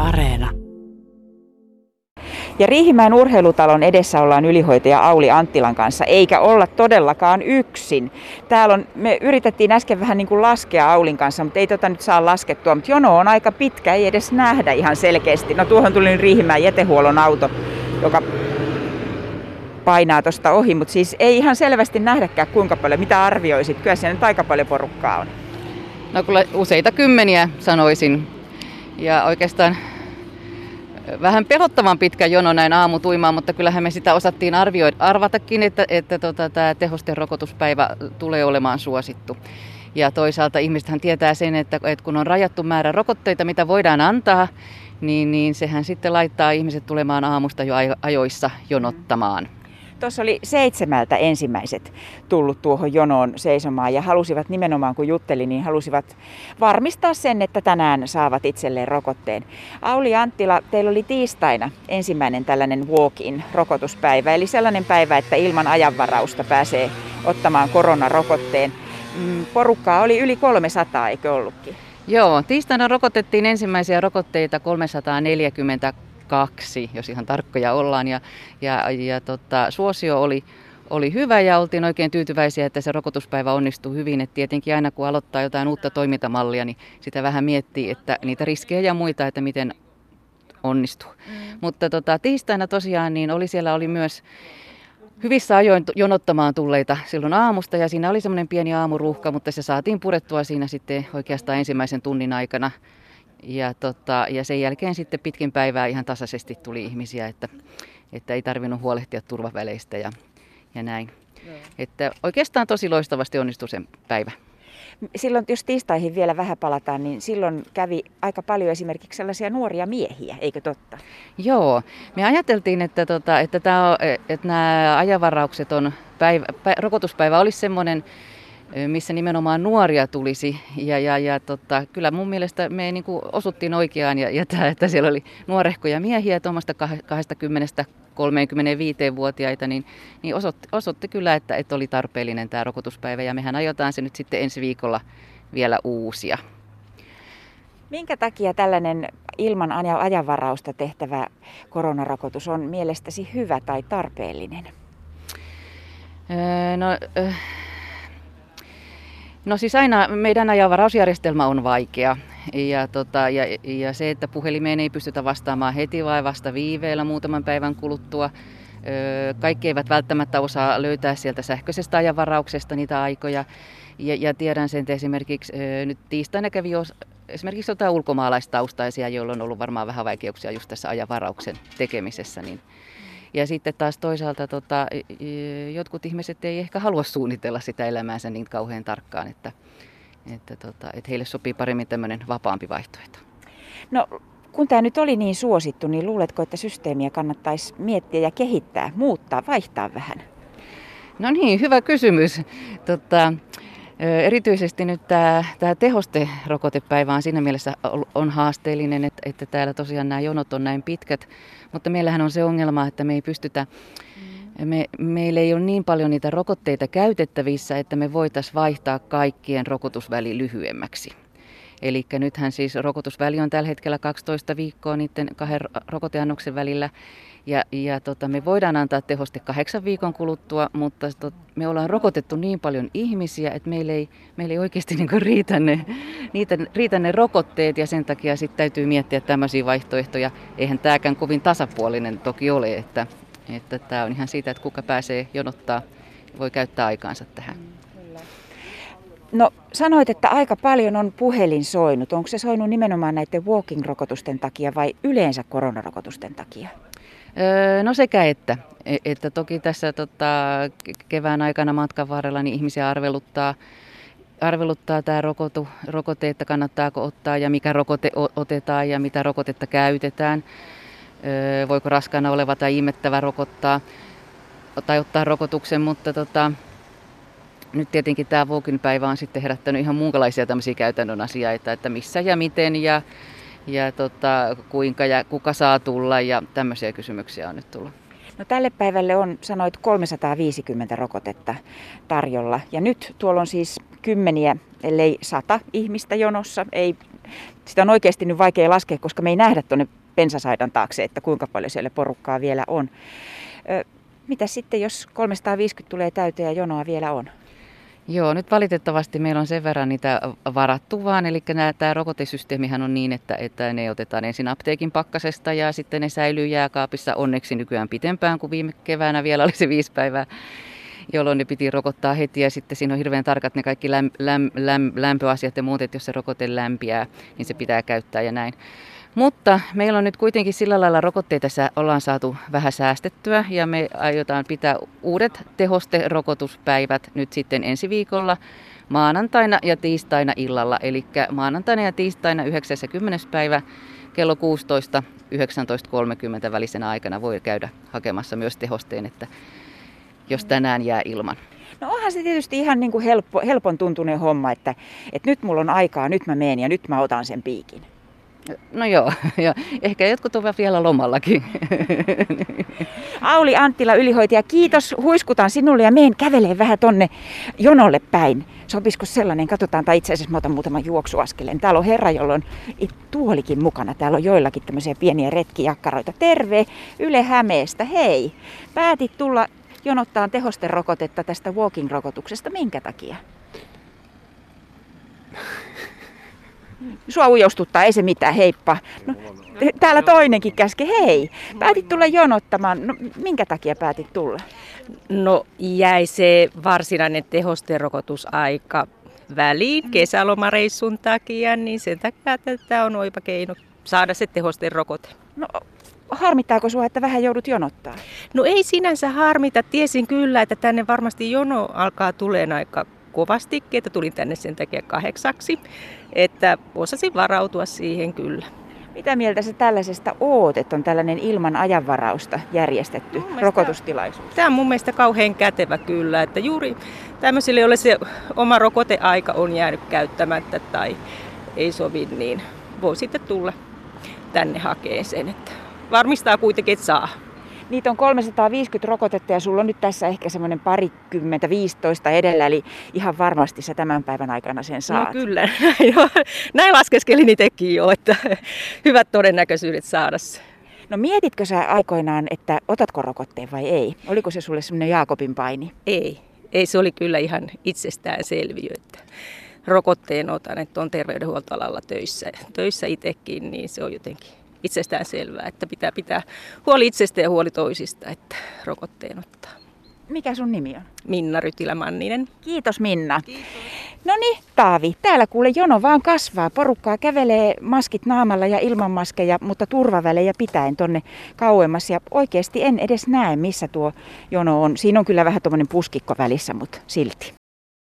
Areena. Ja Riihimäen urheilutalon edessä ollaan ylihoitaja Auli Anttilan kanssa, eikä olla todellakaan yksin. Me yritettiin äsken vähän niin kuin laskea Aulin kanssa, mutta ei nyt saa laskettua. Mutta jono on aika pitkä, ei edes nähdä ihan selkeästi. No tuohon tuli Riihimäen jätehuollon auto, joka painaa tuosta ohi, mutta siis ei ihan selvästi nähdäkään kuinka paljon. Mitä arvioisit? Kyllä siellä nyt aika paljon porukkaa on. No kyllä useita kymmeniä sanoisin. Ja oikeastaan vähän pelottavan pitkä jono näin aamutuimaan, mutta kyllähän me sitä osattiin arvatakin, että tämä tehosten rokotuspäivä tulee olemaan suosittu. Ja toisaalta ihmisethän tietää sen, että kun on rajattu määrä rokotteita, mitä voidaan antaa, niin sehän sitten laittaa ihmiset tulemaan aamusta jo ajoissa jonottamaan. Tuossa oli 7 ensimmäiset tullut tuohon jonoon seisomaan ja halusivat nimenomaan, kun juttelin, niin halusivat varmistaa sen, että tänään saavat itselleen rokotteen. Auli Anttila, teillä oli tiistaina ensimmäinen tällainen walk-in rokotuspäivä, eli sellainen päivä, että ilman ajanvarausta pääsee ottamaan koronarokotteen. Porukkaa oli yli 300, eikö ollutkin? Joo, tiistaina rokotettiin ensimmäisiä rokotteita 342, jos ihan tarkkoja ollaan. Suosio oli hyvä ja oltiin oikein tyytyväisiä, että se rokotuspäivä onnistui hyvin. Et tietenkin aina kun aloittaa jotain uutta toimintamallia, niin sitä vähän miettii, että niitä riskejä ja muita, että miten onnistuu. Mutta tiistaina tosiaan niin siellä oli myös hyvissä ajoin jonottamaan tulleita silloin aamusta ja siinä oli semmoinen pieni aamuruuhka, mutta se saatiin purettua siinä sitten oikeastaan ensimmäisen tunnin aikana. Ja sen jälkeen sitten pitkin päivää ihan tasaisesti tuli ihmisiä, että ei tarvinnut huolehtia turvaväleistä ja näin. Että oikeastaan tosi loistavasti onnistui sen päivä. Silloin, jos tiistaihin vielä vähän palataan, niin silloin kävi aika paljon esimerkiksi sellaisia nuoria miehiä, eikö totta? Joo, me ajateltiin, että nämä ajanvaraukset on rokotuspäivä olisi semmoinen, missä nimenomaan nuoria tulisi. Kyllä mun mielestä me niin kuin osuttiin oikeaan että siellä oli nuorehkoja miehiä tuommoista 20-35-vuotiaita, niin osoitti kyllä, että oli tarpeellinen tämä rokotuspäivä ja mehän aiotaan se nyt sitten ensi viikolla vielä uusia. Minkä takia tällainen ilman ajanvarausta tehtävä koronarokotus on mielestäsi hyvä tai tarpeellinen? No siis aina meidän ajanvarausjärjestelmä on vaikea ja se, että puhelimeen ei pystytä vastaamaan heti vai vasta viiveellä muutaman päivän kuluttua. Kaikki eivät välttämättä osaa löytää sieltä sähköisestä ajanvarauksesta niitä aikoja ja tiedän sen, että esimerkiksi nyt tiistaina kävi esimerkiksi jotain ulkomaalaistaustaisia, joilla on ollut varmaan vähän vaikeuksia just tässä ajanvarauksen tekemisessä. Ja sitten taas toisaalta jotkut ihmiset ei ehkä halua suunnitella sitä elämäänsä niin kauhean tarkkaan, että heille sopii paremmin tämmöinen vapaampi vaihtoehto. No kun tämä nyt oli niin suosittu, niin luuletko, että systeemiä kannattaisi miettiä ja kehittää, muuttaa, vaihtaa vähän? No niin, hyvä kysymys. Erityisesti nyt tämä tehosterokotepäivä on siinä mielessä on haasteellinen, että täällä tosiaan nämä jonot on näin pitkät, mutta meillähän on se ongelma, että me ei pystytä, meillä ei ole niin paljon niitä rokotteita käytettävissä, että me voitaisiin vaihtaa kaikkien rokotusväli lyhyemmäksi. Eli nythän siis rokotusväli on tällä hetkellä 12 viikkoa niiden 2 rokoteannoksen välillä. Me voidaan antaa tehoste 8 viikon kuluttua, mutta me ollaan rokotettu niin paljon ihmisiä, että meillä ei oikeasti riitä ne rokotteet ja sen takia sitten täytyy miettiä tämmöisiä vaihtoehtoja. Eihän tämäkään kovin tasapuolinen toki ole, että tämä on ihan siitä, että kuka pääsee jonottaa, voi käyttää aikaansa tähän. No sanoit, että aika paljon on puhelin soinut. Onko se soinut nimenomaan näiden walking-rokotusten takia vai yleensä koronarokotusten takia? No sekä että toki tässä kevään aikana matkan varrella niin ihmisiä arveluttaa tämä rokote, että kannattaako ottaa ja mikä rokote otetaan ja mitä rokotetta käytetään. Voiko raskaana oleva tai imettävä rokottaa tai ottaa rokotuksen, mutta nyt tietenkin tämä walk-in päivä on sitten herättänyt ihan muunlaisia tämmöisiä käytännön asioita, että missä ja miten ja kuinka ja kuka saa tulla ja tämmöisiä kysymyksiä on nyt tullut. No tälle päivälle on, sanoit, 350 rokotetta tarjolla ja nyt tuolla on siis kymmeniä, ellei 100 ihmistä jonossa. Ei sitä on oikeasti nyt vaikea laskea, koska me ei nähdä tuonne bensasaidan taakse, että kuinka paljon siellä porukkaa vielä on. Mitä sitten, jos 350 tulee täyteen ja jonoa vielä on? Joo, nyt valitettavasti meillä on sen verran niitä varattu vaan, eli tämä rokotesysteemihän on niin, että ne otetaan ensin apteekin pakkasesta ja sitten ne säilyy jääkaapissa onneksi nykyään pitempään kuin viime keväänä vielä oli se 5 päivää, jolloin ne piti rokottaa heti ja sitten siinä on hirveän tarkat ne kaikki lämpöasiat ja muut, että jos se rokote lämpiää, niin se pitää käyttää ja näin. Mutta meillä on nyt kuitenkin sillä lailla rokotteita ollaan saatu vähän säästettyä ja me aiotaan pitää uudet tehosterokotuspäivät nyt sitten ensi viikolla maanantaina ja tiistaina illalla. Eli maanantaina ja tiistaina 9. ja 10. päivä kello 16-19.30 välisenä aikana voi käydä hakemassa myös tehosteen, että jos tänään jää ilman. No onhan se tietysti ihan niin kuin helpon tuntunen homma, että nyt mulla on aikaa, nyt mä menen ja nyt mä otan sen piikin. No joo, ehkä jotkut ovat vielä lomallakin. Auli Anttila, ylihoitaja, kiitos. Huiskutan sinulle ja meen kävelee vähän tonne jonolle päin. Sopisiko sellainen? Katsotaan, tai itse asiassa mä otan muutaman juoksuaskeleen. Täällä on herra, jolla on tuolikin mukana. Täällä on joillakin tämmöisiä pieniä retkijakkaroita. Terve Yle Hämeestä. Hei, päätit tulla jonottaan tehosterokotetta tästä walking-rokotuksesta. Minkä takia? Sua ujostuttaa, ei se mitään, heippa. No, täällä toinenkin käski, hei. Päätit tulla jonottamaan. No, minkä takia päätit tulla? No jäi se varsinainen tehosterokotusaika väliin kesälomareissun takia, niin sen takia tämä on oiva keino saada se tehosterokote. No harmittaako sua, että vähän joudut jonottaa? No ei sinänsä harmita. Tiesin kyllä, että tänne varmasti jono alkaa tulemaan aika kovastikin, että tulin tänne sen takia 8, että osasin varautua siihen kyllä. Mitä mieltä sä tällaisesta oot, että on tällainen ilman ajanvarausta järjestetty rokotustilaisuus? Tämä on mun mielestä kauhean kätevä kyllä, että juuri tämmöisille, joille se oma rokoteaika on jäänyt käyttämättä tai ei sovi, niin voi sitten tulla tänne hakemaan sen, että varmistaa kuitenkin, että saa. Niitä on 350 rokotetta ja sulla on nyt tässä ehkä semmoinen 15 edellä, eli ihan varmasti sä tämän päivän aikana sen saat. No kyllä, näin laskeskelin itsekin jo, että hyvät todennäköisyydet saada se. No mietitkö sä aikoinaan, että otatko rokotteen vai ei? Oliko se sulle semmoinen Jaakobin paini? Ei se oli kyllä ihan itsestäänselviö, että rokotteen otan, että on terveydenhuoltoalalla töissä itsekin, niin se on jotenkin itsestään selvää, että pitää huoli itsestä ja huoli toisista, että rokotteen ottaa. Mikä sun nimi on? Minna Rytilä-Manninen. Kiitos Minna. Kiitos. No niin, Taavi, täällä kuule jono vaan kasvaa. Porukkaa kävelee maskit naamalla ja ilman maskeja, mutta turvavälejä pitäen tonne kauemmas. Ja oikeasti en edes näe, missä tuo jono on. Siinä on kyllä vähän tuommoinen puskikko välissä, mutta silti.